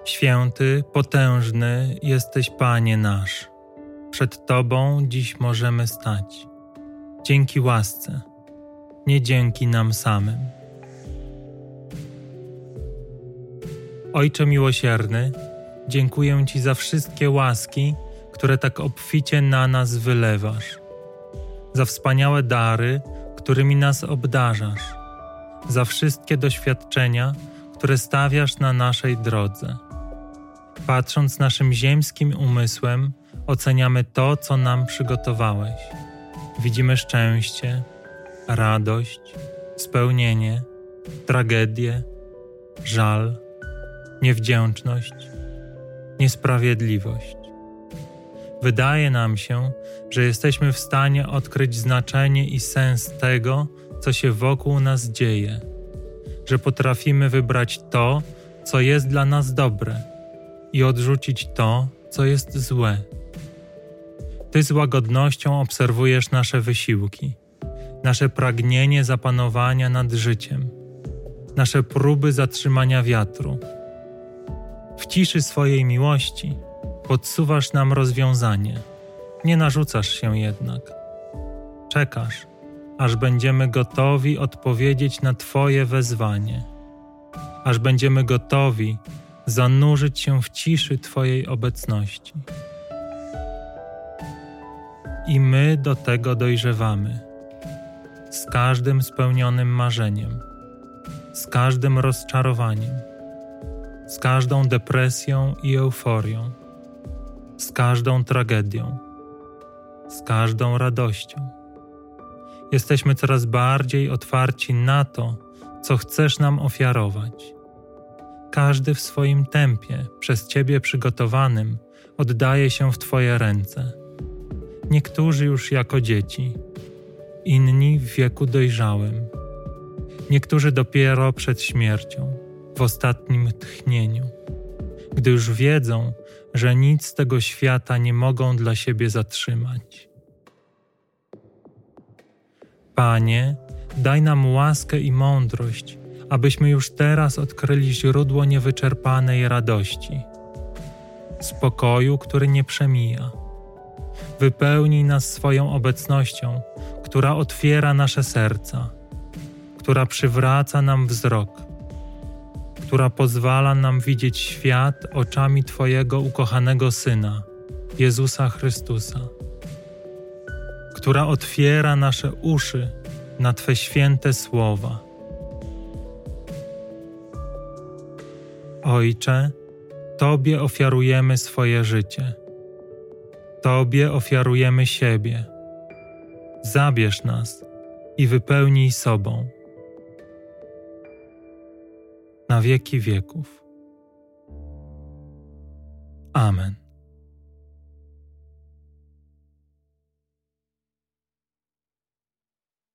Święty, potężny jesteś, Panie nasz. Przed Tobą dziś możemy stać. Dzięki łasce, nie dzięki nam samym. Ojcze miłosierny, dziękuję Ci za wszystkie łaski, które tak obficie na nas wylewasz. Za wspaniałe dary, którymi nas obdarzasz. Za wszystkie doświadczenia, które stawiasz na naszej drodze. Patrząc naszym ziemskim umysłem, oceniamy to, co nam przygotowałeś. Widzimy szczęście, radość, spełnienie, tragedię, żal, niewdzięczność, niesprawiedliwość. Wydaje nam się, że jesteśmy w stanie odkryć znaczenie i sens tego, co się wokół nas dzieje, że potrafimy wybrać to, co jest dla nas dobre i odrzucić to, co jest złe. Ty z łagodnością obserwujesz nasze wysiłki, nasze pragnienie zapanowania nad życiem, nasze próby zatrzymania wiatru. W ciszy swojej miłości podsuwasz nam rozwiązanie, nie narzucasz się jednak. Czekasz, aż będziemy gotowi odpowiedzieć na Twoje wezwanie, aż będziemy gotowi zanurzyć się w ciszy Twojej obecności. I my do tego dojrzewamy, z każdym spełnionym marzeniem, z każdym rozczarowaniem, z każdą depresją i euforią, z każdą tragedią, z każdą radością. Jesteśmy coraz bardziej otwarci na to, co chcesz nam ofiarować. Każdy w swoim tempie, przez Ciebie przygotowanym, oddaje się w Twoje ręce. Niektórzy już jako dzieci, inni w wieku dojrzałym, niektórzy dopiero przed śmiercią, w ostatnim tchnieniu, gdy już wiedzą, że nic z tego świata nie mogą dla siebie zatrzymać. Panie, daj nam łaskę i mądrość, abyśmy już teraz odkryli źródło niewyczerpanej radości, spokoju, który nie przemija. Wypełnij nas swoją obecnością, która otwiera nasze serca, która przywraca nam wzrok, która pozwala nam widzieć świat oczami Twojego ukochanego Syna, Jezusa Chrystusa, która otwiera nasze uszy na Twe święte słowa. Ojcze, Tobie ofiarujemy swoje życie. Tobie ofiarujemy siebie. Zabierz nas i wypełnij sobą. Na wieki wieków. Amen.